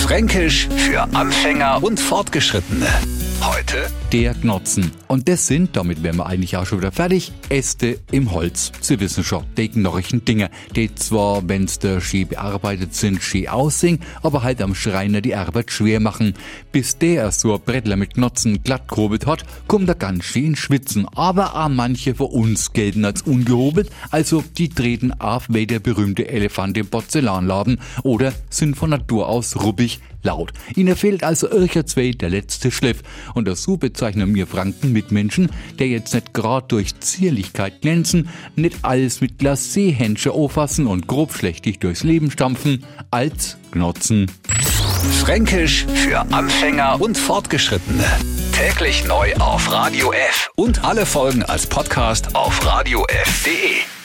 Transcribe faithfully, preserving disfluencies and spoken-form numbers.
Fränkisch für Anfänger und Fortgeschrittene. Heute der Knotzen. Und das sind, damit wären wir eigentlich auch schon wieder fertig, Äste im Holz. Sie wissen schon, die knorrigen Dinger, die zwar, wenn's da schön bearbeitet sind, schön aussehen, aber halt am Schreiner die Arbeit schwer machen. Bis der so ein Brettler mit Knotzen glatt gehobelt hat, kommt er ganz schön in Schwitzen. Aber auch manche von uns gelten als ungehobelt, also die treten auf wie der berühmte Elefant im Porzellanladen oder sind von Natur aus ruppig laut. Ihnen fehlt also irgendwann der letzte Schliff. Und das so bezeichnen wir Franken Mitmenschen, der jetzt nicht gerade durch Zierlichkeit glänzen, nicht alles mit Glacé-Händchen auffassen und grobschlächtig durchs Leben stampfen, als Knotzen. Fränkisch für Anfänger und Fortgeschrittene. Täglich neu auf Radio F und alle Folgen als Podcast auf radio f punkt de.